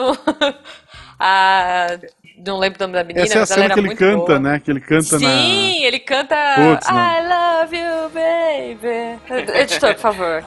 a... Não lembro o nome da menina, Essa é a mas ela cena era que ele muito canta, boa. né? Que ele canta na... Sim, ele canta Putz, não. I love you, baby. Editor, por favor.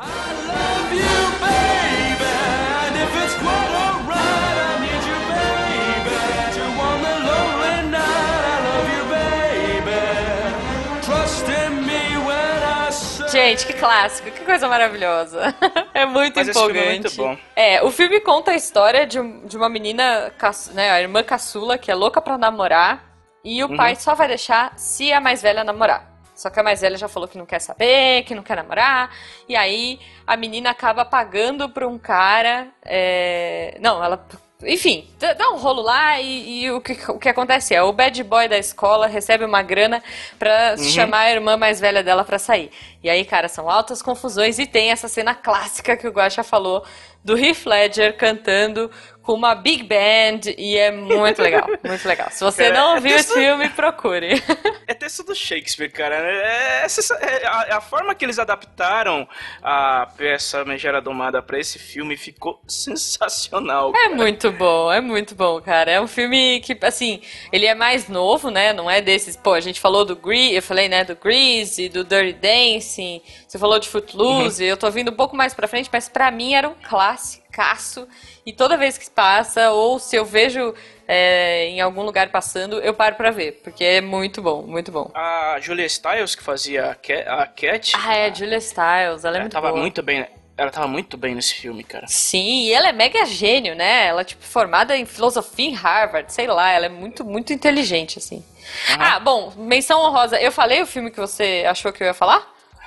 Gente, que clássico, que coisa maravilhosa. É muito Mas esse filme é empolgante. muito bom. É, o filme conta a história de, um- de uma menina, caçu- né, a irmã caçula, que é louca pra namorar, e o Uhum. pai só vai deixar se a mais velha namorar. Só que a mais velha já falou que não quer saber, que não quer namorar. E aí a menina acaba pagando pra um cara. é, Não, ela. Enfim, dá dá um rolo lá e, e o, que, o que acontece é o bad boy da escola recebe uma grana pra chamar a irmã mais velha dela pra sair. E aí, cara, são altas confusões e tem essa cena clássica que o Guaxa falou do Heath Ledger cantando com uma big band e é muito legal, muito legal. Se você Cara, não é viu esse texto- filme, procure. É texto do Shakespeare, cara. É, essa- é- a, a forma que eles adaptaram a peça Megera Domada pra esse filme ficou sensacional. É cara. muito bom, é muito bom, cara. É um filme que, assim, ele é mais novo, né? Não é desses. Pô, a gente falou do Grease, eu falei, né, do Grease, do Dirty Dancing. Você falou de Footloose, eu tô vindo um pouco mais pra frente, mas pra mim era um clássico. classicaço. E toda vez que passa, ou se eu vejo é, em algum lugar passando, eu paro pra ver. Porque é muito bom, muito bom. A Julia Stiles, que fazia a Cat... A Cat ah, é, Julia Stiles. Ela é ela muito tava boa. muito bem... Ela tava muito bem nesse filme, cara. Sim, e ela é mega gênio, né? Ela é, tipo, formada em filosofia em Harvard, sei lá. Ela é muito, muito inteligente, assim. Uhum. Ah, bom, menção honrosa. Eu falei o filme que você achou que eu ia falar?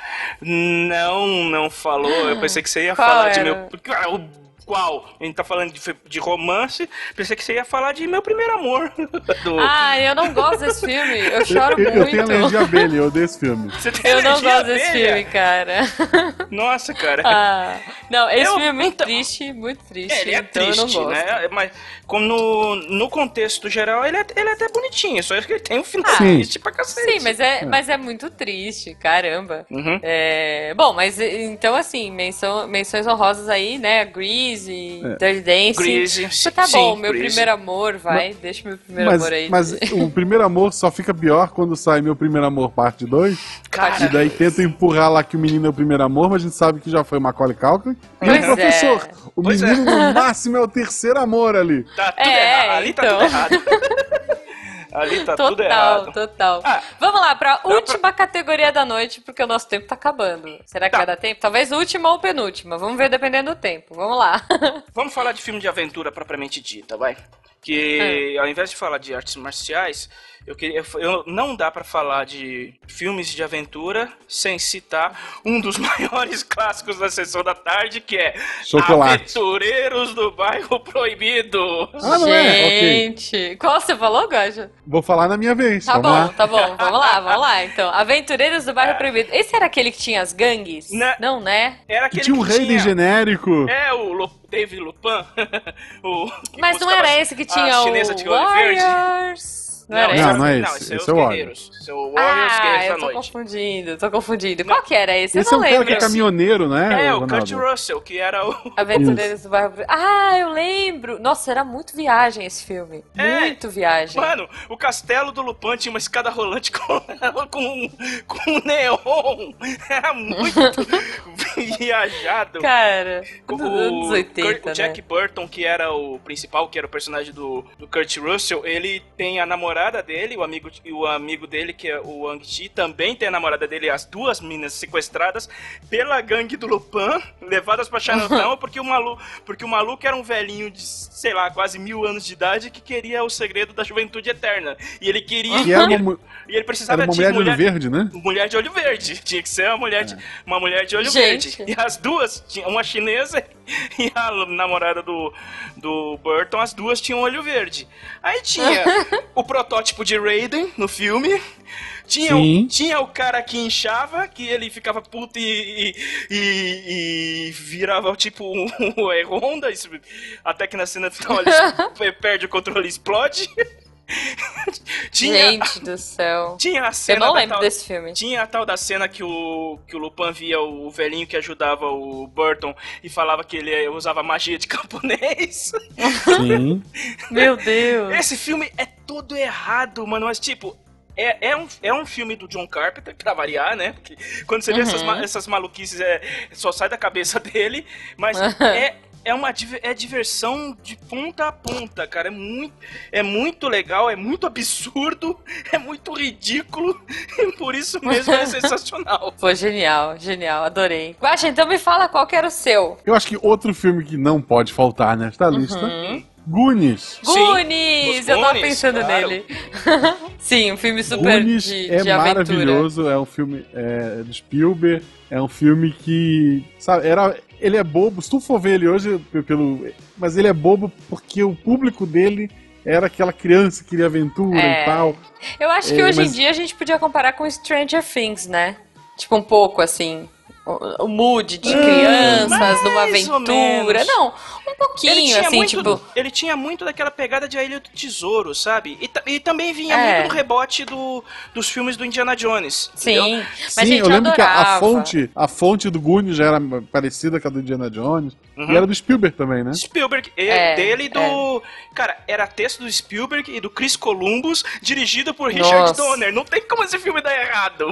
Não, não falou. Eu pensei que você ia Qual falar era? de meu... O... Qual? A gente tá falando de, de romance. Pensei que você ia falar de Meu Primeiro Amor. Do... Ah, eu não gosto desse filme. Eu choro eu, muito. eu tenho alergia a abelha, eu odeio esse filme. Você tem Eu não alergia gosto à desse abelha? filme, cara. Nossa, cara. Ah, não, esse Eu- filme é muito então- triste, muito triste. É, ele é então eu triste, não gosto. né? Mas como no, no contexto geral, ele é, ele é até bonitinho. Só que ele tem um final Ah, triste pra cacete. Sim, mas é, mas é muito triste, caramba. Uhum. É, bom, mas então assim, menção, menções honrosas aí, né? Grease, É. Dirty Dancing. Grease, Mas tá sim, bom, meu Grease. primeiro amor, vai. Deixa meu primeiro Mas, amor aí. mas o primeiro amor só fica pior quando sai Meu Primeiro Amor parte dois. Cara, E daí tenta empurrar lá que o menino é o primeiro amor, mas a gente sabe que já foi Macaulay Culkin. E Pois o professor, é. o Pois menino no máximo é o terceiro amor ali. tá tudo É, errado. Ali então. tá tudo errado. Ali tá tudo Total, errado. total. Ah, Vamos lá, pra pra- última categoria da noite, porque o nosso tempo tá acabando. Será que Tá. vai dar tempo? Talvez última ou penúltima. Vamos ver dependendo do tempo. Vamos lá. Vamos falar de filme de aventura propriamente dita, vai. Que ao invés de falar de artes marciais, eu queria, eu, não dá pra falar de filmes de aventura sem citar um dos maiores clássicos da sessão da tarde, que é Chocolate. Aventureiros do Bairro Proibido. Ah, não é? Ok. Gente, qual você falou, Gaja? Vou falar na minha vez. Tá vamos bom, lá. tá bom. Vamos lá, vamos lá. Então, Aventureiros do Bairro Proibido. Esse era aquele que tinha as gangues? Né? Não, né? Era Que aquele tinha um que Raiden tinha... genérico. É, o Lu- David Lupin. o... que Mas não buscava era esse que a tinha chinesa o de olho verde? Warriors? Não era esse Não, esse? não é não, esse. esse é Esse os é o Guerreiros. Esse é o Warriors Ah, Guerreiros eu da tô Noite. confundindo, tô confundindo. Qual que era esse? Eu Esse é não um cara lembro. que é caminhoneiro, né, É, o Ronaldo? Kurt Russell, que era o... Aventureiros do Bairro Proibido. Ah, eu lembro. Nossa, era muito viagem esse filme. É. Muito viagem. Mano, o castelo do Lupin tinha uma escada rolante com, com, com neon. Era muito viajado. Cara, O, dos anos oitenta, Kurt- o Jack né? Burton, que era o principal, que era o personagem do, do Kurt Russell, ele tem a namorada dele, o amigo, o amigo dele, que é o Wang Chi, também tem a namorada dele, as duas meninas sequestradas pela gangue do Lupin, levadas pra Chinatown, porque o maluco, porque o maluco era um velhinho de, sei lá, quase mil anos de idade, que queria o segredo da juventude eterna. E ele queria... Que era e, uma, ele, mu- e ele precisava era uma de mulher de olho verde, né? mulher de olho verde. Tinha que ser uma mulher de, uma mulher de olho Gente. verde. E as duas, tinha uma chinesa e a namorada do, do Burton, as duas tinham olho verde. Aí tinha o protótipo de Raiden no filme. Tinha Sim. o, tinha o cara que inchava, que ele ficava puto e, e, e- e virava tipo um, um Honda, isso- até que na cena final ele perde o controle e explode. tinha, Gente do céu. tinha a Eu cena não da lembro tal- desse filme. tinha a tal da cena que o, que o Lupin via o velhinho que ajudava o Burton e falava que ele usava magia de camponês. Sim. Meu Deus. Esse filme é todo errado, mano, mas tipo... É, é, um, é um filme do John Carpenter, pra variar, né? Porque quando você vê essas, ma- essas maluquices, é, só sai da cabeça dele. Mas é, é uma diver- é diversão de ponta a ponta, cara. É muito, é muito legal, é muito absurdo, é muito ridículo. E por isso mesmo é sensacional. Pô, genial, genial, adorei. Guaxa, então me fala qual que era o seu. Eu acho que outro filme que não pode faltar nesta lista, Goonies. Sim, Goonies! os Eu tava Goonies, pensando claro. nele. Sim, um filme super Goonies de, é de aventura. maravilhoso, é um filme é, do Spielberg, é um filme que, sabe, era, ele é bobo, se tu for ver ele hoje, p- pelo, mas ele é bobo porque o público dele era aquela criança que queria aventura É. e tal. Eu acho que É, hoje mas- em dia a gente podia comparar com Stranger Things, né? Tipo, um pouco assim. O, o mood de crianças, numa mais ou aventura. menos. Não, um pouquinho, assim, muito, tipo. ele tinha muito daquela pegada de A Ilha do Tesouro, sabe? E, ta- e também vinha É. muito no rebote do, dos filmes do Indiana Jones. Sim, entendeu? mas Sim, gente, eu lembro que a, a adorava. fonte, a fonte do Goonies já era parecida com a do Indiana Jones. Uhum. E era do Spielberg também, né? Spielberg, e- É, dele e do... Cara, era texto do Spielberg e do Chris Columbus, dirigido por Richard Nossa. Donner. Não tem como esse filme dar errado.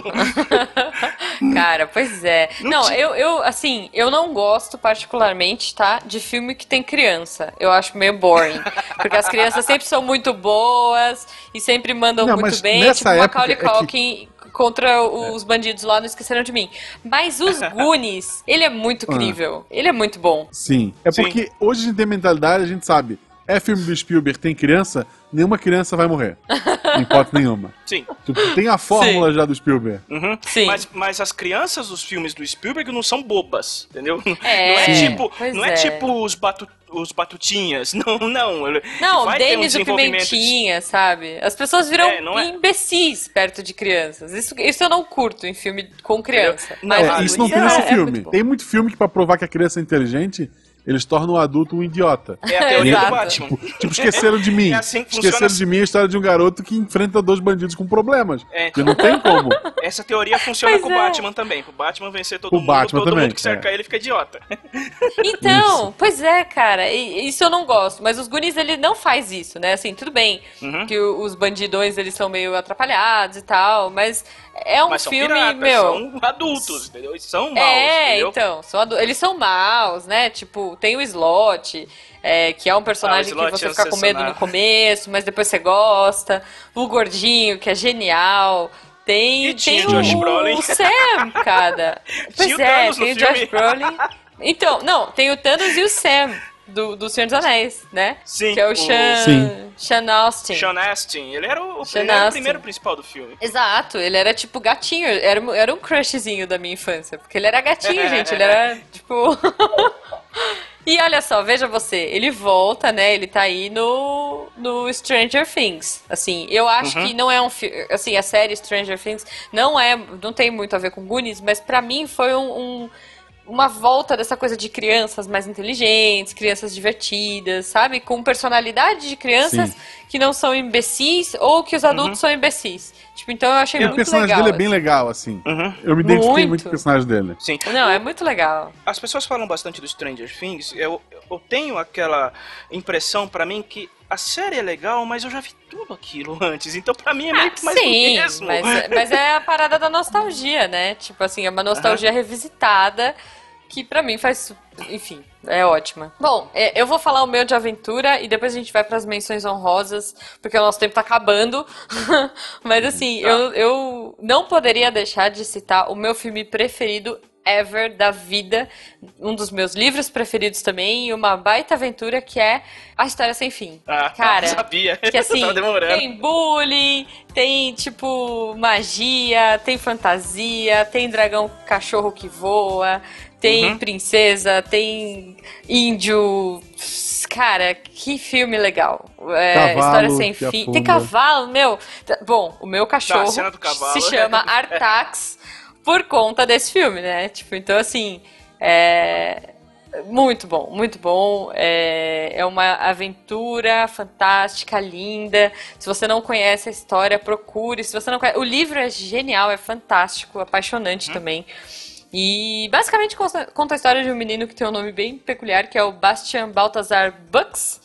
Cara, pois é. Não Não, tinha- eu, eu, assim, eu não gosto particularmente, tá? De filme que que tem criança. Eu acho meio boring. Porque as crianças sempre são muito boas e sempre mandam Não, muito mas bem. nessa Tipo, época Macaulay é que- Culkin contra os bandidos lá, não esqueceram de mim. Mas os Goonies, ele é muito crível. Ele é muito bom. Sim. É Sim. porque hoje a gente tem mentalidade, a gente sabe. É filme do Spielberg, tem criança, nenhuma criança vai morrer. Em hipótese nenhuma. Sim. Tipo, tem a fórmula já do Spielberg. Uhum. Sim. Mas, mas as crianças dos filmes do Spielberg não são bobas, entendeu? É, não é Sim. tipo, pois não é, é. tipo os, batu, os batutinhas. Não, não. Ele Não, vai ter um Denis o desenvolvimento de- Pimentinha, sabe? As pessoas viram É, não é- imbecis perto de crianças. Isso, isso eu não curto em filme com criança. Não, Mas ah, É, os isso não Goonies tem é- nesse é filme. muito bom. Tem muito filme que pra provar que a criança é inteligente, eles tornam o adulto um idiota. É a teoria Exato. do Batman. Tipo, esqueceram de mim. É assim que funciona. Esqueceram de mim a história de um garoto que enfrenta dois bandidos com problemas. É. Porque não tem como. Essa teoria funciona Pois com o é. Batman também. O Batman vencer todo O mundo, Batman todo também, mundo que cerca é. ele fica idiota. Então, pois é, cara, e- isso eu não gosto. Mas os Goonies, ele não faz isso, né? Assim, tudo bem Uhum. que o- os bandidões, eles são meio atrapalhados e tal, mas é um Mas são filme, piratas, meu... são adultos, entendeu? Eles são maus, É, entendeu? então, são adu- eles são maus, né? Tipo, tem o Slot, é, que é um personagem Ah, o Slot que você é fica com medo no sensacional. começo, mas depois você gosta. O Gordinho, que é genial. Tem, E tinha tem o Josh o, Brolin. o Sam, cara. Pois Tinha o é, Thanos no tem o filme. Josh Brolin. Então, não, tem o Thanos e o Sam, do, do Senhor dos Anéis, né? Sim, Que é o o- Sean, Sim. Sean Austin. Sean Astin, ele era o, Sean ele era o Astin. primeiro principal do filme. Exato, ele era tipo gatinho, era, um- era um crushzinho da minha infância, porque ele era gatinho, gente, ele era tipo... E olha só, veja você, ele volta, né, ele tá aí no, no Stranger Things, assim, eu acho Uhum. que não é um filme, assim, a série Stranger Things não é, não tem muito a ver com Goonies, mas pra mim foi um... um uma volta dessa coisa de crianças mais inteligentes, crianças divertidas, sabe? Com personalidade de crianças Sim. que não são imbecis ou que os adultos são imbecis. Tipo, então eu achei E o muito personagem legal. dele é bem assim. legal, assim. Uhum. Eu me identifiquei Muito. muito com o personagem dele. Sim. Não, é muito legal. As pessoas falam bastante do Stranger Things. Eu, eu tenho aquela impressão pra mim que a série é legal, mas eu já vi tudo aquilo antes. Então pra mim é meio que mais do Ah, Sim, mesmo. mas, é- mas é a parada da nostalgia, né? Tipo assim, é uma nostalgia revisitada que pra mim faz, enfim, é ótima. Bom, é, eu vou falar o meu de aventura e depois a gente vai pras menções honrosas, porque o nosso tempo tá acabando. Mas assim, Tá. eu, eu não poderia deixar de citar o meu filme preferido ever da vida, um dos meus livros preferidos também, e uma baita aventura que é A História Sem Fim. Ah, Cara, sabia. que assim, Tava demorando. tem bullying, tem tipo magia, tem fantasia, tem dragão cachorro que voa, tem Uhum. princesa, tem índio. Cara, que filme legal. É, Cavalo História Sem que Fim. afunda. Tem cavalo, meu. Tá- Bom, o meu Tá, a cachorro cena do cavalo. se chama Artax por conta desse filme, né? Tipo, então assim, é muito bom, muito bom. É, é uma aventura fantástica, linda. Se você não conhece a história, procure. Se você não conhece... O livro é genial, é fantástico, apaixonante também. E basicamente conta conta a história de um menino que tem um nome bem peculiar, que é o Bastian Balthasar Bux.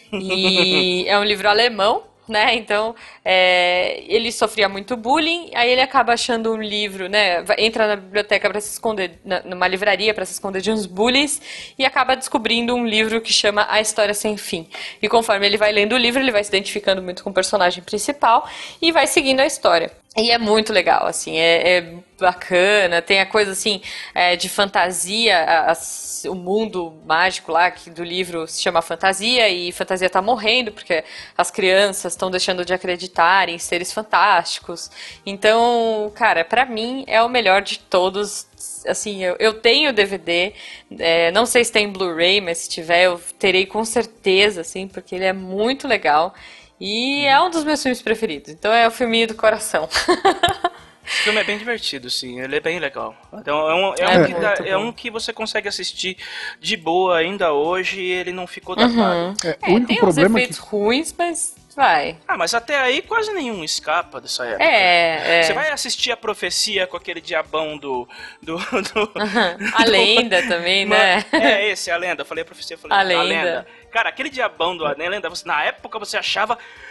E é um livro alemão, né? Então, é, ele sofria muito bullying, aí ele acaba achando um livro, né? vai- Entra na biblioteca para se esconder, na- numa livraria para se esconder de uns bullies, e acaba descobrindo um livro que chama A História Sem Fim. E conforme ele vai lendo o livro, ele vai se identificando muito com o personagem principal e vai seguindo a história. E é muito legal, assim, é, é bacana, tem a coisa, assim, é, de fantasia, a- as- o mundo mágico lá que do livro se chama fantasia, e fantasia tá morrendo, porque as crianças estão deixando de acreditar em seres fantásticos. Então, cara, pra mim é o melhor de todos. Assim, eu, eu tenho D V D, é, não sei se tem Blu-ray, mas se tiver eu terei com certeza, assim, porque ele é muito legal. E é um dos meus filmes preferidos. Então é o filminho do coração. O filme é bem divertido, sim. Ele é bem legal. Então, é, um, é, É um que dá- muito é bom. um que você consegue assistir de boa ainda hoje e ele não ficou datado. É, É, o único tem uns problema é efeitos que ruins, mas vai. Ah, mas até aí quase nenhum escapa dessa época. É, é. Você vai assistir a profecia com aquele diabão do. do, do A lenda também, né? É esse, a lenda. Eu falei a profecia, eu falei A a lenda. lenda. Cara, aquele diabão do a lenda, você, na época você achava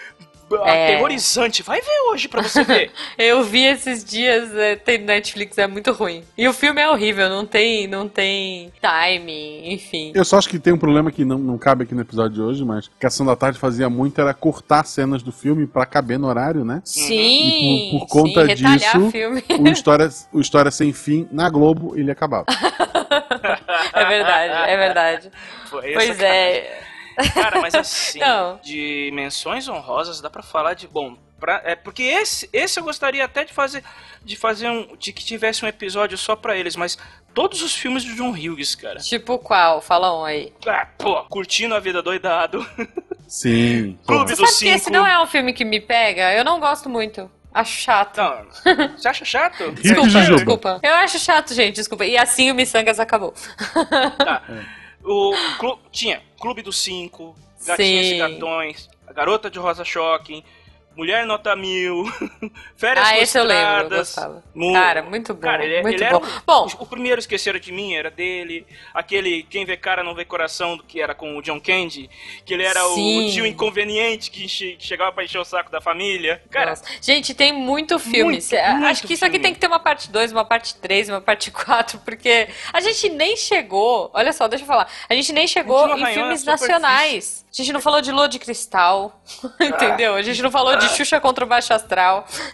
é. aterrorizante. Vai ver hoje pra você ver. Eu vi esses dias, é, tem no Netflix, é muito ruim. E o filme é horrível, não tem, não tem timing, enfim. Eu só acho que tem um problema que não, não cabe aqui no episódio de hoje, mas que a Sessão da Tarde fazia muito era cortar cenas do filme pra caber no horário, né? Sim, e por, por conta sim, disso, filme. o História, o História Sem Fim, na Globo, ele acabava. É verdade, é verdade. Foi pois é. Cara, mas assim, não. de menções honrosas dá pra falar de, bom, pra, é porque esse, esse eu gostaria até de fazer, de fazer um, de que tivesse um episódio só pra eles, mas todos os filmes do John Hughes, cara. Tipo qual? Fala um aí. Ah, pô, Curtindo a Vida Doidado. Sim. Clube Você dos sabe Cinco. que esse não é um filme que me pega? Eu não gosto muito. Acho chato. Não, você acha chato? Desculpa, Jujuba. desculpa. Eu acho chato, gente, desculpa. E assim o Missangas acabou. Tá. O clu... Tinha Clube dos Cinco, Gatinhas Sim. e Gatões, A Garota de Rosa Choque, Mulher Nota Mil, Férias Ah, esse eu lembro, eu Frustradas. gostava. Mu- Cara, muito bom, Cara, ele, muito ele bom. Era o, Bom. o primeiro Esqueceram de Mim era dele. Aquele Quem Vê Cara Não Vê Coração, que era com o John Candy, que ele era Sim. o tio inconveniente que, enche- que chegava pra encher o saco da família. Cara, Nossa. Gente, tem muito filme. Muito, Cê- muito Acho que isso aqui filme. tem que ter uma parte dois, uma parte três, uma parte quatro, porque a gente nem chegou. Olha só, deixa eu falar. A gente nem chegou A gente não em arranhou filmes na superfície. nacionais. A gente não falou de Lua de Cristal. Entendeu? A gente não falou de Xuxa contra o Baixo Astral.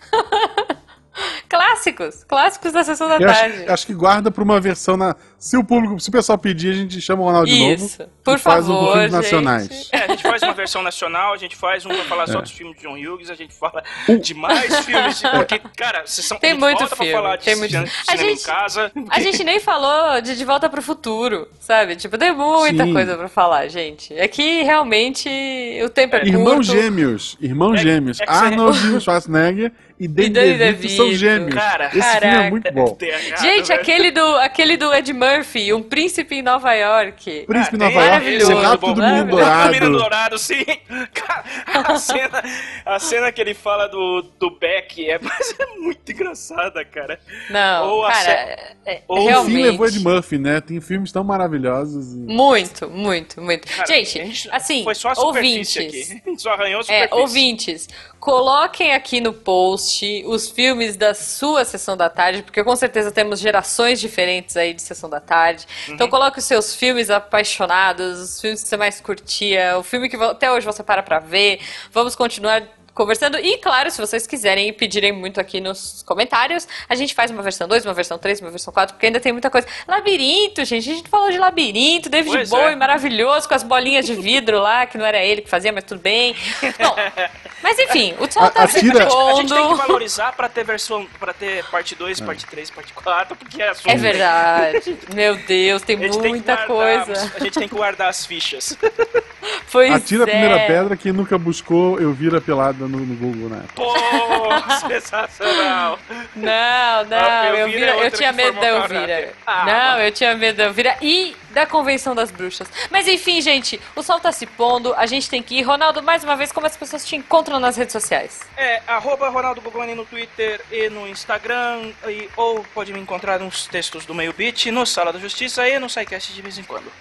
Clássicos. Clássicos da Sessão da Eu Tarde. acho, acho que guarda pra uma versão na. Se o público, se o pessoal pedir, a gente chama o Ronaldo de novo. Isso. Por e faz um favor, filmes gente. nacionais. é, a gente faz uma versão nacional, a gente faz um pra falar só É. dos filmes de John Hughes, a gente fala Uh. de mais filmes, de, porque, cara, vocês são, Tem a gente muito volta filme, pra falar de tem muito cinema, filme. cinema A gente- em casa. A gente nem falou de De Volta pro Futuro, sabe? Tipo, tem muita Sim. coisa pra falar, gente. É que realmente o tempo é Irmãos curto. gêmeos. Irmãos É- Gêmeos. é que você- Arnold Schwarzenegger e Danny Danny DeVito são DeVito. gêmeos. Cara, Esse filme caraca. é muito bom. Tem errado, Gente, velho. aquele do, aquele do Ed Murphy, Um Príncipe em Nova York. Príncipe Ah, Nova tem- York, maravilhoso. o Rápido do Menino Maravilhoso. Dourado. O Menino Dourado, sim. Cara, a cena, a cena que ele fala do, do Beck é, mas é muito engraçada, cara. Não, Ou a cara, sé- é, é, ou o O realmente. fim levou Ed Murphy, né? Tem filmes tão maravilhosos. E... Muito, muito, muito. Cara, gente, a gente- assim, foi só a superfície ouvintes. aqui. A gente só arranhou a É, superfície. ouvintes, coloquem aqui no post os filmes da sua Sessão da Tarde, porque com certeza temos gerações diferentes aí de Sessão da Tarde. Então coloque os seus filmes apaixonados, os filmes que você mais curtia, o filme que vo- até hoje você para pra ver. Vamos continuar conversando. E, claro, se vocês quiserem e pedirem muito aqui nos comentários, a gente faz uma versão dois, uma versão três, uma versão quatro, porque ainda tem muita coisa. Labirinto, gente. A gente falou de Labirinto, David Pois Bowie, é. maravilhoso, com as bolinhas de vidro lá, que não era ele que fazia, mas tudo bem. Bom, mas enfim, o sol A- tá se atira- A gente tem que pondo. valorizar pra ter versão, pra ter parte dois, parte três, parte quatro, porque é assunto. É verdade. Meu Deus, tem A gente tem que muita guardar- coisa. A gente tem que guardar as fichas. Pois Atira é. a primeira pedra, quem nunca buscou, eu vira pelada no, no Google, né? Pô, sensacional. Não, não, A eu, Elvira vira, é outra eu tinha que medo da formou Elvira. caráter. Ah, Não, bom. eu tinha medo da Elvira e da Convenção das Bruxas. Mas enfim, gente, o sol tá se pondo, a gente tem que ir. Ronaldo, mais uma vez, como as pessoas te encontram nas redes sociais? É, arroba Ronaldo Gogoni no Twitter e no Instagram, e, ou pode me encontrar nos textos do Meio Beat, no Sala da Justiça e no SciCast de vez em quando.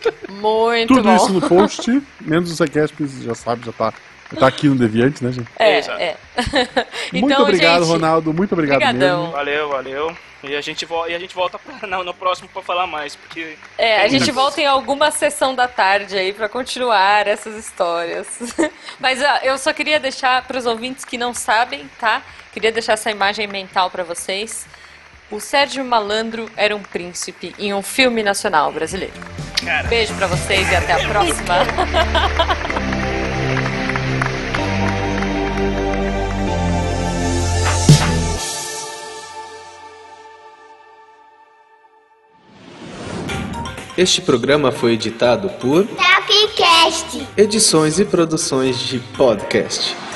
Muito Tudo bom. isso no post, menos o SciCast, porque já sabe, já tá, já tá aqui no Deviante, né, gente? É, Exato. é. Muito Então, obrigado, gente, Ronaldo. Muito obrigado brigadão. mesmo. Valeu, valeu. E a gente, vo e a gente volta pra, não, no próximo pra falar mais, porque... É, tem a gente muita volta em alguma sessão da tarde aí pra continuar essas histórias. Mas ó, eu só queria deixar pros ouvintes que não sabem, tá? Queria deixar essa imagem mental pra vocês. O Sérgio Malandro era um príncipe em um filme nacional brasileiro. Cara. Beijo pra vocês e até a próxima. Este programa foi editado por Tapcast. Edições e Produções de Podcast.